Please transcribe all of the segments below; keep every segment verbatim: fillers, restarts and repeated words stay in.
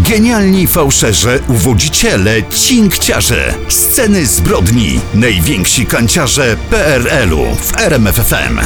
Genialni fałszerze, uwodziciele, cinkciarze. Sceny zbrodni. Najwięksi kanciarze P R L-u w R M F F M.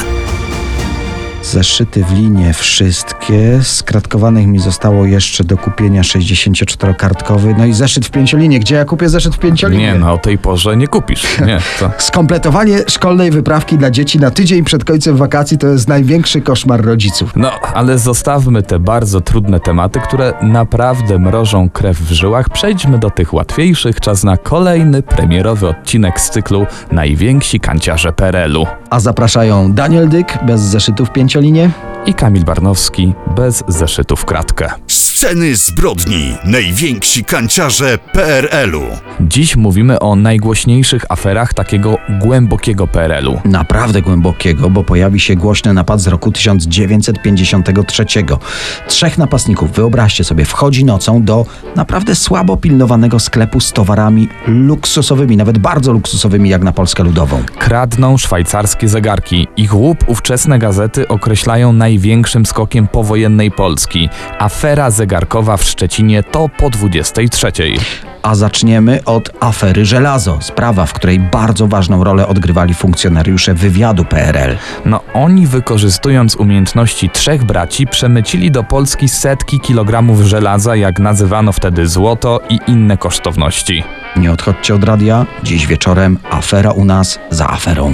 Zeszyty w linie wszystkie. Skratkowanych mi zostało jeszcze do kupienia sześćdziesięcioczterokartkowy. No i zeszyt w pięciolinie. Gdzie ja kupię zeszyt w pięciolinie? Nie, no o tej porze nie kupisz. Nie, to... Skompletowanie szkolnej wyprawki dla dzieci na tydzień przed końcem wakacji to jest największy koszmar rodziców. No, ale zostawmy te bardzo trudne tematy, które naprawdę mrożą krew w żyłach. Przejdźmy do tych łatwiejszych. Czas na kolejny premierowy odcinek z cyklu Najwięksi kanciarze P R L-u. A zapraszają Daniel Dyk bez zeszytu w pięciolinie i Kamil Barnowski bez zeszytu w kratkę. Sceny zbrodni. Najwięksi kanciarze P R L-u. Dziś mówimy o najgłośniejszych aferach takiego głębokiego P R L-u. Naprawdę głębokiego, bo pojawi się głośny napad z roku tysiąc dziewięćset pięćdziesiątego trzeciego. Trzech napastników, wyobraźcie sobie, wchodzi nocą do naprawdę słabo pilnowanego sklepu z towarami luksusowymi, nawet bardzo luksusowymi jak na Polskę Ludową. Kradną szwajcarskie zegarki. Ich łup ówczesne gazety określają największym skokiem powojennej Polski. Afera zegarkowa w Szczecinie to po dwudziestej trzeciej. A zaczniemy od afery Żelazo. Sprawa, w której bardzo ważną rolę odgrywali funkcjonariusze wywiadu P R L. No oni, wykorzystując umiejętności trzech braci, przemycili do Polski setki kilogramów żelaza, jak nazywano wtedy złoto, i inne kosztowności. Nie odchodźcie od radia. Dziś wieczorem afera u nas za aferą.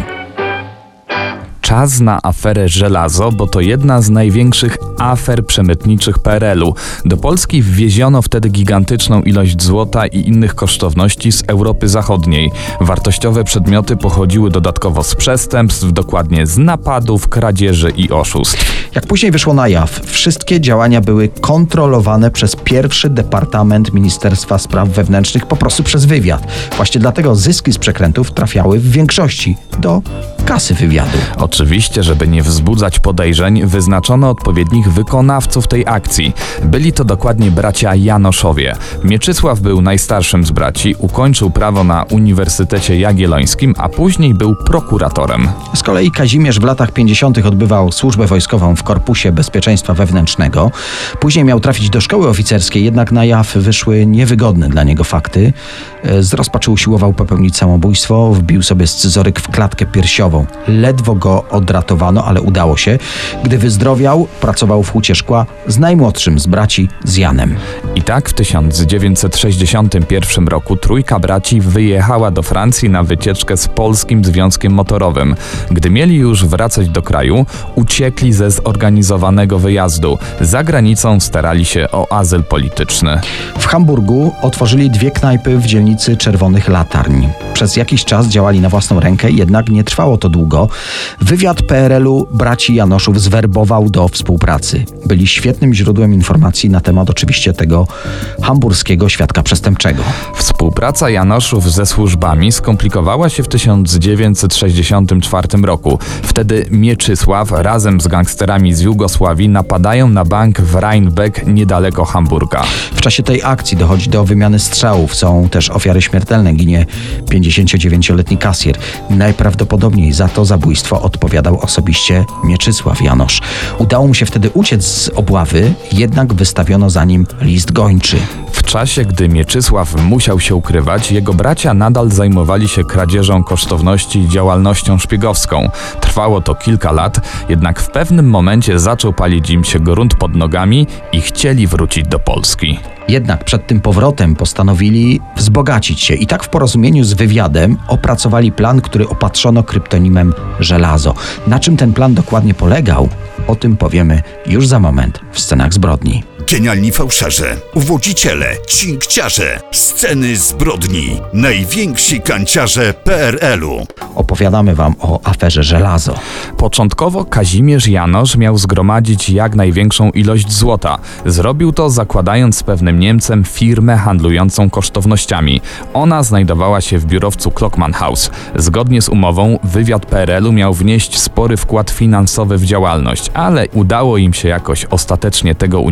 Czas na aferę Żelazo, bo to jedna z największych afer przemytniczych P R L-u. Do Polski wwieziono wtedy gigantyczną ilość złota i innych kosztowności z Europy Zachodniej. Wartościowe przedmioty pochodziły dodatkowo z przestępstw, dokładnie z napadów, kradzieży i oszustw. Jak później wyszło na jaw, wszystkie działania były kontrolowane przez pierwszy Departament Ministerstwa Spraw Wewnętrznych, po prostu przez wywiad. Właśnie dlatego zyski z przekrętów trafiały w większości do kasy wywiadu. Oczywiście, żeby nie wzbudzać podejrzeń, wyznaczono odpowiednich wykonawców tej akcji. Byli to dokładnie bracia Janoszowie. Mieczysław był najstarszym z braci, ukończył prawo na Uniwersytecie Jagiellońskim, a później był prokuratorem. Z kolei Kazimierz w latach pięćdziesiątych odbywał służbę wojskową w Korpusie Bezpieczeństwa Wewnętrznego. Później miał trafić do szkoły oficerskiej, jednak na jaw wyszły niewygodne dla niego fakty. Z rozpaczy usiłował popełnić samobójstwo, wbił sobie scyzoryk w klatkę piersiową. Ledwo go odratowano, ale udało się. Gdy wyzdrowiał, pracował w hucie szkła z najmłodszym z braci, z Janem. I tak w tysiąc dziewięćset sześćdziesiątym pierwszym roku trójka braci wyjechała do Francji na wycieczkę z Polskim Związkiem Motorowym. Gdy mieli już wracać do kraju, uciekli ze zorganizowanego wyjazdu. Za granicą starali się o azyl polityczny. W Hamburgu otworzyli dwie knajpy w dzielnicy Czerwonych Latarń. Przez jakiś czas działali na własną rękę, jednak nie trwało to długo. Wywiad P R L-u braci Janoszów zwerbował do współpracy. Byli świetnym źródłem informacji na temat oczywiście tego hamburskiego świadka przestępczego. Współpraca Janoszów ze służbami skomplikowała się w tysiąc dziewięćset sześćdziesiątym czwartym roku. Wtedy Mieczysław razem z gangsterami z Jugosławii napadają na bank w Rheinbeck niedaleko Hamburga. W czasie tej akcji dochodzi do wymiany strzałów. Są też ofiary śmiertelne. Ginie pięćdziesięciodziewięcioletni kasjer. Najprawdopodobniej za to zabójstwo odpowiadał osobiście Mieczysław Janosz. Udało mu się wtedy uciec z obławy, jednak wystawiono za nim list gończy. W czasie, gdy Mieczysław musiał się ukrywać, jego bracia nadal zajmowali się kradzieżą kosztowności i działalnością szpiegowską. Trwało to kilka lat, jednak w pewnym momencie zaczął palić im się grunt pod nogami i chcieli wrócić do Polski. Jednak przed tym powrotem postanowili wzbogacić się i tak w porozumieniu z wywiadem opracowali plan, który opatrzono kryptonimem Żelazo. Na czym ten plan dokładnie polegał? O tym powiemy już za moment w Scenach zbrodni. Genialni fałszerze, uwodziciele, cinkciarze. Sceny zbrodni. Najwięksi kanciarze P R L-u. Opowiadamy wam o aferze Żelazo. Początkowo Kazimierz Janosz miał zgromadzić jak największą ilość złota. Zrobił to zakładając z pewnym Niemcem firmę handlującą kosztownościami. Ona znajdowała się w biurowcu Klockman House. Zgodnie z umową wywiad P R L-u miał wnieść spory wkład finansowy w działalność, ale udało im się jakoś ostatecznie tego uniknąć,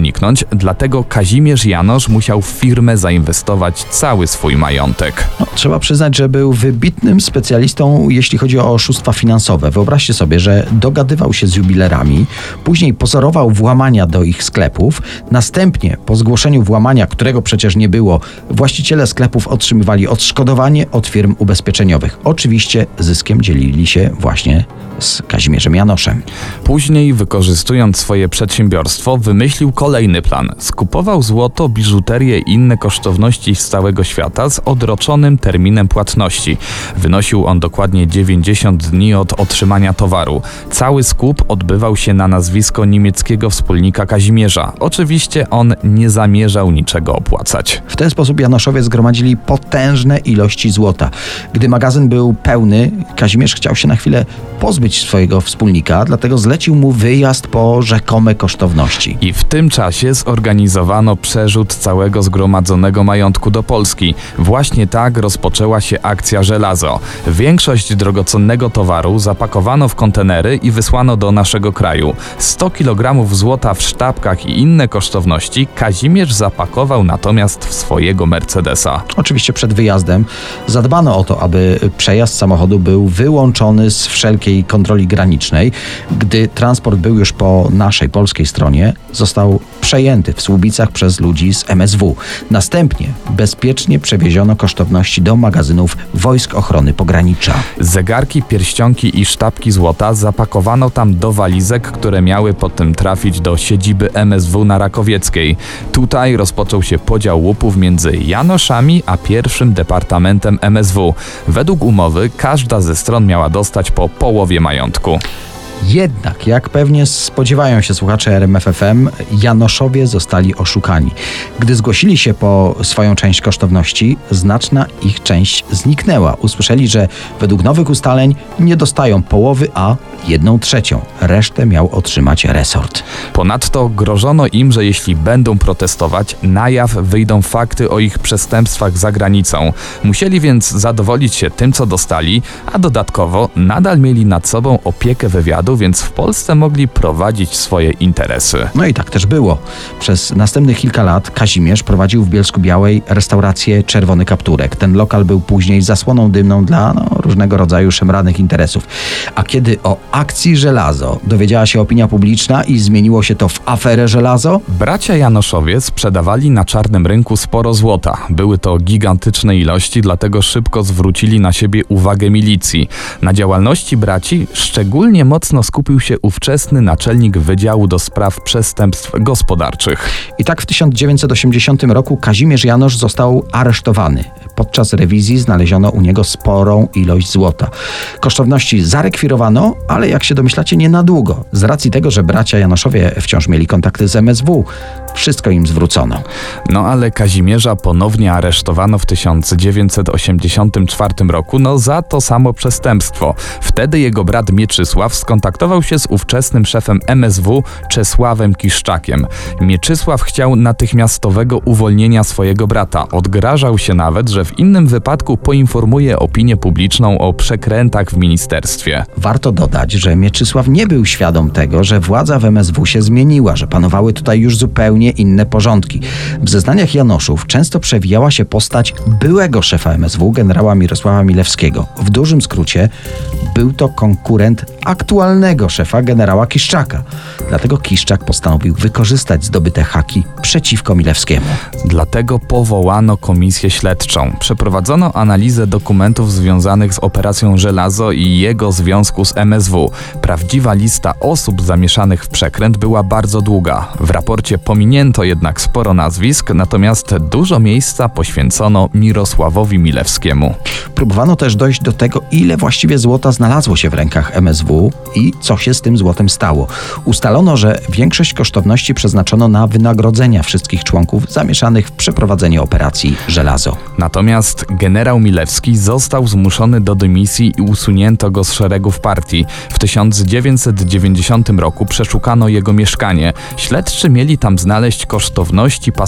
dlatego Kazimierz Janosz musiał w firmę zainwestować cały swój majątek. No, trzeba przyznać, że był wybitnym specjalistą, jeśli chodzi o oszustwa finansowe. Wyobraźcie sobie, że dogadywał się z jubilerami, później pozorował włamania do ich sklepów, następnie po zgłoszeniu włamania, którego przecież nie było, właściciele sklepów otrzymywali odszkodowanie od firm ubezpieczeniowych. Oczywiście zyskiem dzielili się właśnie z Kazimierzem Janoszem. Później, wykorzystując swoje przedsiębiorstwo, wymyślił kolejny plan. Skupował złoto, biżuterię i inne kosztowności z całego świata z odroczonym terminem płatności. Wynosił on dokładnie dziewięćdziesiąt dni od otrzymania towaru. Cały skup odbywał się na nazwisko niemieckiego wspólnika Kazimierza. Oczywiście on nie zamierzał niczego opłacać. W ten sposób Janoszowie zgromadzili potężne ilości złota. Gdy magazyn był pełny, Kazimierz chciał się na chwilę pozbyć swojego wspólnika, dlatego zlecił mu wyjazd po rzekome kosztowności. I w tym czasie zorganizowano przerzut całego zgromadzonego majątku do Polski. Właśnie tak rozpoczęła się akcja Żelazo. Większość drogocennego towaru zapakowano w kontenery i wysłano do naszego kraju. sto kilogramów złota w sztabkach i inne kosztowności Kazimierz zapakował natomiast w swojego Mercedesa. Oczywiście przed wyjazdem zadbano o to, aby przejazd samochodu był wyłączony z wszelkiej kontroli granicznej. Gdy transport był już po naszej polskiej stronie, został przejęty w Słubicach przez ludzi z M S W. Następnie bezpiecznie przewieziono kosztowności do magazynów Wojsk Ochrony Pogranicza. Zegarki, pierścionki i sztabki złota zapakowano tam do walizek, które miały potem trafić do siedziby M S W na Rakowieckiej. Tutaj rozpoczął się podział łupów między Janoszami a pierwszym departamentem M S W. Według umowy każda ze stron miała dostać po połowie majątku. Jednak, jak pewnie spodziewają się słuchacze R M F F M, Janoszowie zostali oszukani. Gdy zgłosili się po swoją część kosztowności, znaczna ich część zniknęła. Usłyszeli, że według nowych ustaleń nie dostają połowy, a jedną trzecią. Resztę miał otrzymać resort. Ponadto grożono im, że jeśli będą protestować, na jaw wyjdą fakty o ich przestępstwach za granicą. Musieli więc zadowolić się tym, co dostali, a dodatkowo nadal mieli nad sobą opiekę wywiadu, więc w Polsce mogli prowadzić swoje interesy. No i tak też było. Przez następnych kilka lat Kazimierz prowadził w Bielsku-Białej restaurację Czerwony Kapturek. Ten lokal był później zasłoną dymną dla no, różnego rodzaju szemranych interesów. A kiedy o akcji Żelazo dowiedziała się opinia publiczna i zmieniło się to w aferę Żelazo? Bracia Janoszowie sprzedawali na czarnym rynku sporo złota. Były to gigantyczne ilości, dlatego szybko zwrócili na siebie uwagę milicji. Na działalności braci szczególnie mocno skupił się ówczesny naczelnik Wydziału do Spraw Przestępstw Gospodarczych. I tak w tysiąc dziewięćset osiemdziesiątym roku Kazimierz Janosz został aresztowany. Podczas rewizji znaleziono u niego sporą ilość złota. Kosztowności zarekwirowano, ale jak się domyślacie, nie na długo. Z racji tego, że bracia Janoszowie wciąż mieli kontakty z M S W, wszystko im zwrócono. No ale Kazimierza ponownie aresztowano w tysiąc dziewięćset osiemdziesiątym czwartym roku, no za to samo przestępstwo. Wtedy jego brat Mieczysław skontaktował się z ówczesnym szefem M S W Czesławem Kiszczakiem. Mieczysław chciał natychmiastowego uwolnienia swojego brata. Odgrażał się nawet, że w innym wypadku poinformuje opinię publiczną o przekrętach w ministerstwie. Warto dodać, że Mieczysław nie był świadom tego, że władza w M S W się zmieniła, że panowały tutaj już zupełnie inne porządki. W zeznaniach Janoszów często przewijała się postać byłego szefa M S W, generała Mirosława Milewskiego. W dużym skrócie był to konkurent aktualnego szefa generała Kiszczaka. Dlatego Kiszczak postanowił wykorzystać zdobyte haki przeciwko Milewskiemu. Dlatego powołano komisję śledczą. Przeprowadzono analizę dokumentów związanych z operacją Żelazo i jego związku z M S W. Prawdziwa lista osób zamieszanych w przekręt była bardzo długa. W raporcie pominięto jednak sporo nazwisk, natomiast dużo miejsca poświęcono Mirosławowi Milewskiemu. Próbowano też dojść do tego, ile właściwie złota znalazło się w rękach M S W i co się z tym złotem stało. Ustalono, że większość kosztowności przeznaczono na wynagrodzenia wszystkich członków zamieszanych w przeprowadzenie operacji Żelazo. Natomiast generał Milewski został zmuszony do dymisji i usunięto go z szeregów partii. W tysiąc dziewięćset dziewięćdziesiątym roku przeszukano jego mieszkanie. Śledczy mieli tam znaleźć kosztowności pasujące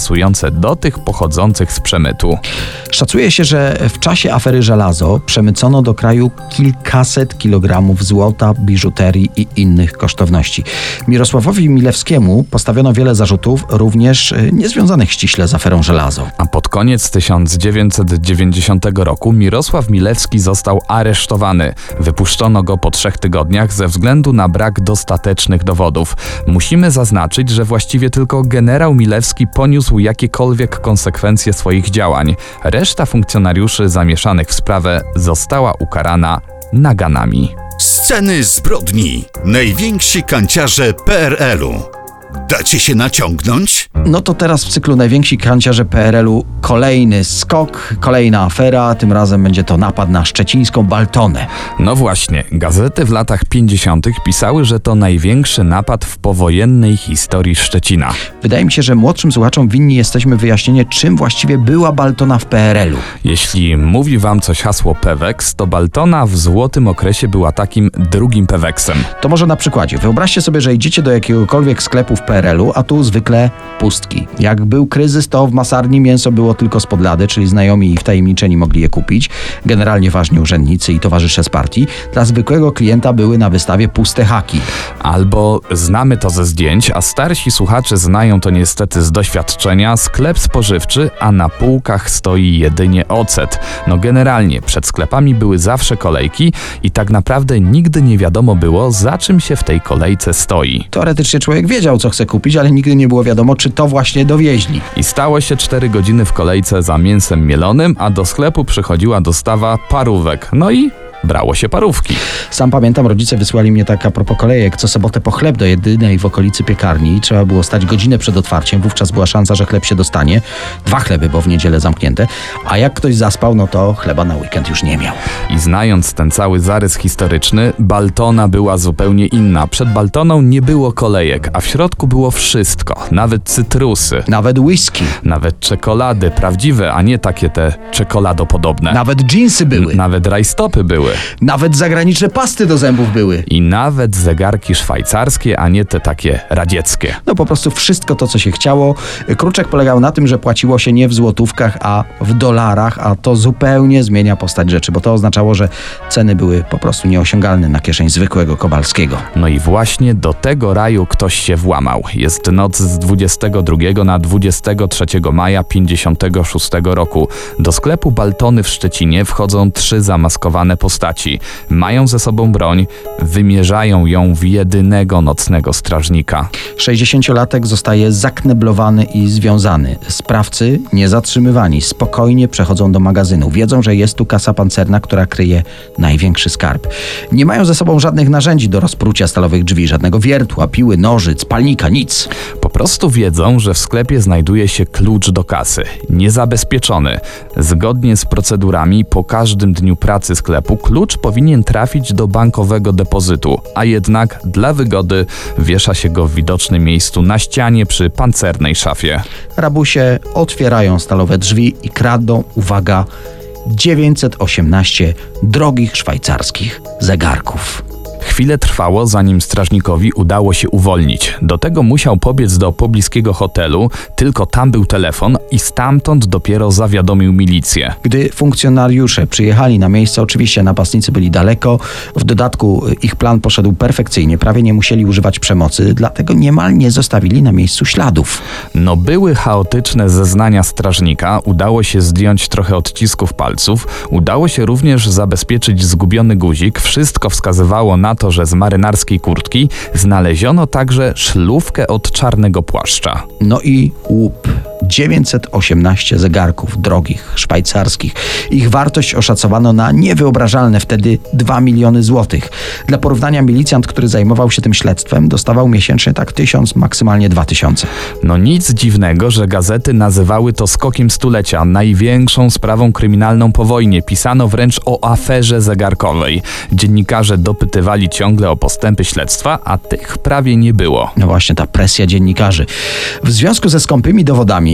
pasujące do tych pochodzących z przemytu. Szacuje się, że w czasie afery Żelazo przemycono do kraju kilkaset kilogramów złota, biżuterii i innych kosztowności. Mirosławowi Milewskiemu postawiono wiele zarzutów, również niezwiązanych ściśle z aferą Żelazo. A pod koniec tysiąc dziewięćset dziewięćdziesiątego roku Mirosław Milewski został aresztowany. Wypuszczono go po trzech tygodniach ze względu na brak dostatecznych dowodów. Musimy zaznaczyć, że właściwie tylko generał Milewski poniósł jakiekolwiek konsekwencje swoich działań. Reszta funkcjonariuszy zamieszanych w sprawę została ukarana naganami. Sceny zbrodni. Najwięksi kanciarze P R L-u. Dacie się naciągnąć? No to teraz w cyklu Najwięksi kanciarze P R L-u kolejny skok, kolejna afera, tym razem będzie to napad na szczecińską Baltonę. No właśnie, gazety w latach pięćdziesiątych pisały, że to największy napad w powojennej historii Szczecina. Wydaje mi się, że młodszym słuchaczom winni jesteśmy wyjaśnienie, czym właściwie była Baltona w P R L-u. Jeśli mówi wam coś hasło Peweks, to Baltona w złotym okresie była takim drugim Peweksem. To może na przykładzie. Wyobraźcie sobie, że idziecie do jakiegokolwiek sklepu w P R L-u, a tu zwykle pustki. Jak był kryzys, to w masarni mięso było tylko spod lady, czyli znajomi i wtajemniczeni mogli je kupić. Generalnie ważni urzędnicy i towarzysze z partii. Dla zwykłego klienta były na wystawie puste haki. Albo znamy to ze zdjęć, a starsi słuchacze znają to niestety z doświadczenia, sklep spożywczy, a na półkach stoi jedynie ocet. No generalnie przed sklepami były zawsze kolejki i tak naprawdę nigdy nie wiadomo było, za czym się w tej kolejce stoi. Teoretycznie człowiek wiedział, co chce kupić, ale nigdy nie było wiadomo, czy to właśnie dowieźli. I stało się cztery godziny w kolejce za mięsem mielonym, a do sklepu przychodziła dostawa parówek. No i brało się parówki. Sam pamiętam, rodzice wysłali mnie tak a propos kolejek co sobotę po chleb do jedynej w okolicy piekarni. Trzeba było stać godzinę przed otwarciem, wówczas była szansa, że chleb się dostanie. Dwa chleby, bo w niedzielę zamknięte. A jak ktoś zaspał, no to chleba na weekend już nie miał. I znając ten cały zarys historyczny, Baltona była zupełnie inna. Przed Baltoną nie było kolejek, a w środku było wszystko. Nawet cytrusy. Nawet whisky. Nawet czekolady, prawdziwe, a nie takie te czekoladopodobne. Nawet dżinsy były. Nawet rajstopy były. Nawet zagraniczne pasty do zębów były. I nawet zegarki szwajcarskie, a nie te takie radzieckie. No po prostu wszystko to, co się chciało. Kruczek polegał na tym, że płaciło się nie w złotówkach, a w dolarach, a to zupełnie zmienia postać rzeczy, bo to oznaczało, że ceny były po prostu nieosiągalne na kieszeń zwykłego Kowalskiego. No i właśnie do tego raju ktoś się włamał. Jest noc z dwudziestego drugiego na dwudziestego trzeciego maja pięćdziesiątego szóstego roku. Do sklepu Baltony w Szczecinie wchodzą trzy zamaskowane postaci. Mają ze sobą broń, wymierzają ją w jedynego nocnego strażnika. sześćdziesięciolatek zostaje zakneblowany i związany. Sprawcy, niezatrzymywani, spokojnie przechodzą do magazynu. Wiedzą, że jest tu kasa pancerna, która kryje największy skarb. Nie mają ze sobą żadnych narzędzi do rozprucia stalowych drzwi, żadnego wiertła, piły, nożyc, palnika, nic. Po prostu wiedzą, że w sklepie znajduje się klucz do kasy. Niezabezpieczony. Zgodnie z procedurami po każdym dniu pracy sklepu klucz powinien trafić do bankowego depozytu, a jednak dla wygody wiesza się go w widocznym miejscu na ścianie przy pancernej szafie. Rabusie otwierają stalowe drzwi i kradną, uwaga, dziewięćset osiemnaście drogich szwajcarskich zegarków. Chwilę trwało, zanim strażnikowi udało się uwolnić. Do tego musiał pobiec do pobliskiego hotelu, tylko tam był telefon i stamtąd dopiero zawiadomił milicję. Gdy funkcjonariusze przyjechali na miejsce, oczywiście napastnicy byli daleko, w dodatku ich plan poszedł perfekcyjnie, prawie nie musieli używać przemocy, dlatego niemal nie zostawili na miejscu śladów. No były chaotyczne zeznania strażnika, udało się zdjąć trochę odcisków palców, udało się również zabezpieczyć zgubiony guzik, wszystko wskazywało na to, że z marynarskiej kurtki znaleziono także szlufkę od czarnego płaszcza. No i łup. dziewięćset osiemnaście zegarków drogich, szwajcarskich. Ich wartość oszacowano na niewyobrażalne wtedy dwa miliony złotych. Dla porównania milicjant, który zajmował się tym śledztwem, dostawał miesięcznie tak tysiąc, maksymalnie dwa tysiące. No nic dziwnego, że gazety nazywały to skokiem stulecia, największą sprawą kryminalną po wojnie. Pisano wręcz o aferze zegarkowej. Dziennikarze dopytywali ciągle o postępy śledztwa, a tych prawie nie było. No właśnie, ta presja dziennikarzy. W związku ze skąpymi dowodami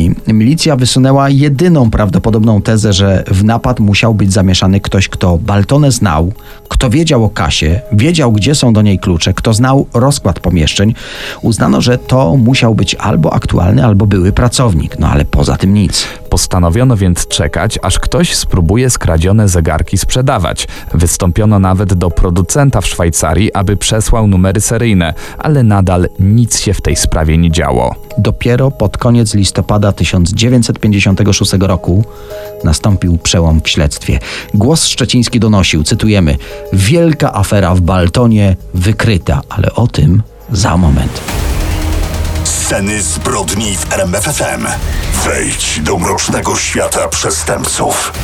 zbrodni milicja wysunęła jedyną prawdopodobną tezę, że w napad musiał być zamieszany ktoś, kto Baltonę znał, kto wiedział o kasie, wiedział, gdzie są do niej klucze, kto znał rozkład pomieszczeń. Uznano, że to musiał być albo aktualny, albo były pracownik. No ale poza tym nic. Postanowiono więc czekać, aż ktoś spróbuje skradzione zegarki sprzedawać. Wystąpiono nawet do producenta w Szwajcarii, aby przesłał numery seryjne, ale nadal nic się w tej sprawie nie działo. Dopiero pod koniec listopada tysiąc dziewięćset pięćdziesiątego szóstego roku nastąpił przełom w śledztwie. Głos Szczeciński donosił, cytujemy: wielka afera w Baltonie wykryta, ale o tym za moment. Sceny zbrodni w R M F F M. Wejdź do mrocznego świata przestępców.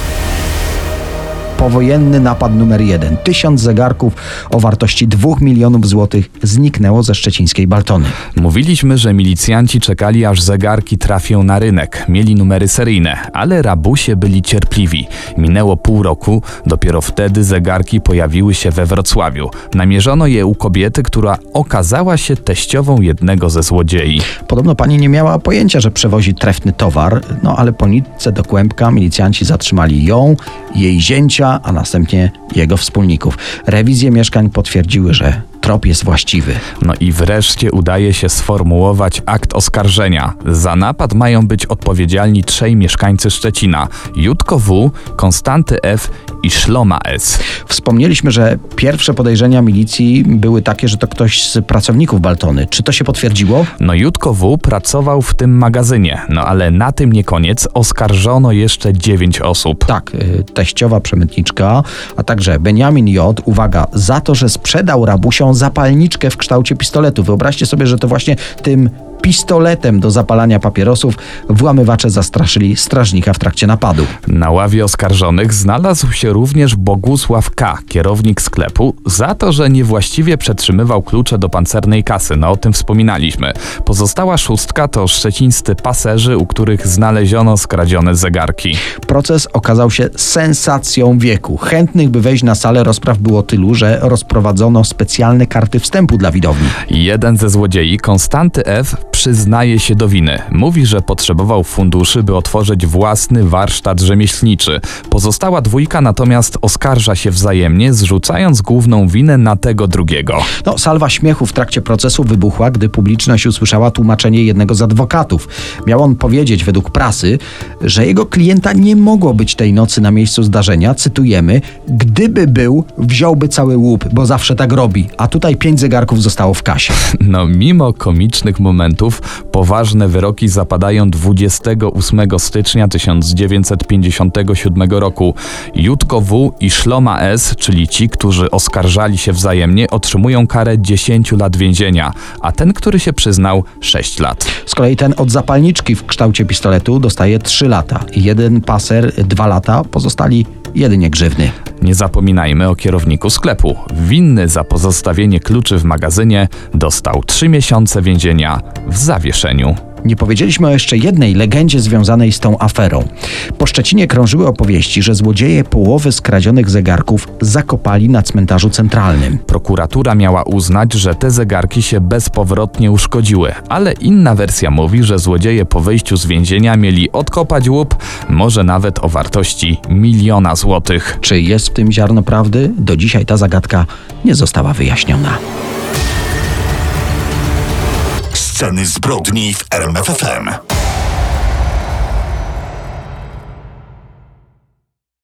Powojenny napad numer jeden. Tysiąc zegarków o wartości dwóch milionów złotych zniknęło ze szczecińskiej Baltony. Mówiliśmy, że milicjanci czekali, aż zegarki trafią na rynek. Mieli numery seryjne, ale rabusie byli cierpliwi. Minęło pół roku, dopiero wtedy zegarki pojawiły się we Wrocławiu. Namierzono je u kobiety, która okazała się teściową jednego ze złodziei. Podobno pani nie miała pojęcia, że przewozi trefny towar, no ale po nitce do kłębka milicjanci zatrzymali ją, jej zięcia, a następnie jego wspólników. Rewizje mieszkań potwierdziły, że trop jest właściwy. No i wreszcie udaje się sformułować akt oskarżenia. Za napad mają być odpowiedzialni trzej mieszkańcy Szczecina: Jutko W., Konstanty F. i Szloma S. Wspomnieliśmy, że pierwsze podejrzenia milicji były takie, że to ktoś z pracowników Baltony. Czy to się potwierdziło? No Jutko W. pracował w tym magazynie, no ale na tym nie koniec. Oskarżono jeszcze dziewięć osób. Tak, y, teściowa przemytniczka, a także Beniamin J., uwaga, za to, że sprzedał rabusiom zapalniczkę w kształcie pistoletu. Wyobraźcie sobie, że to właśnie tym pistoletem do zapalania papierosów włamywacze zastraszyli strażnika w trakcie napadu. Na ławie oskarżonych znalazł się również Bogusław K., kierownik sklepu, za to, że niewłaściwie przetrzymywał klucze do pancernej kasy. No o tym wspominaliśmy. Pozostała szóstka to szczecińscy paserzy, u których znaleziono skradzione zegarki. Proces okazał się sensacją wieku. Chętnych, by wejść na salę rozpraw było tylu, że rozprowadzono specjalne karty wstępu dla widowni. Jeden ze złodziei, Konstanty F., przyznaje się do winy. Mówi, że potrzebował funduszy, by otworzyć własny warsztat rzemieślniczy. Pozostała dwójka natomiast oskarża się wzajemnie, zrzucając główną winę na tego drugiego. No, salwa śmiechu w trakcie procesu wybuchła, gdy publiczność usłyszała tłumaczenie jednego z adwokatów. Miał on powiedzieć według prasy, że jego klienta nie mogło być tej nocy na miejscu zdarzenia, cytujemy: gdyby był, wziąłby cały łup, bo zawsze tak robi, a tutaj pięć zegarków zostało w kasie. No mimo komicznych momentów, poważne wyroki zapadają dwudziestego ósmego stycznia tysiąc dziewięćset pięćdziesiątego siódmego roku. Jutko W. i Szloma S., czyli ci, którzy oskarżali się wzajemnie, otrzymują karę dziesięć lat więzienia, a ten, który się przyznał, sześć lat. Z kolei ten od zapalniczki w kształcie pistoletu dostaje trzy lata. Jeden paser dwa lata, pozostali jedynie grzywny. Nie zapominajmy o kierowniku sklepu. Winny za pozostawienie kluczy w magazynie dostał trzy miesiące więzienia w zawieszeniu. Nie powiedzieliśmy o jeszcze jednej legendzie związanej z tą aferą. Po Szczecinie krążyły opowieści, że złodzieje połowy skradzionych zegarków zakopali na cmentarzu centralnym. Prokuratura miała uznać, że te zegarki się bezpowrotnie uszkodziły, ale inna wersja mówi, że złodzieje po wyjściu z więzienia mieli odkopać łup, może nawet o wartości miliona złotych. Czy jest w tym ziarno prawdy? Do dzisiaj ta zagadka nie została wyjaśniona. Sceny zbrodni w R M F F M.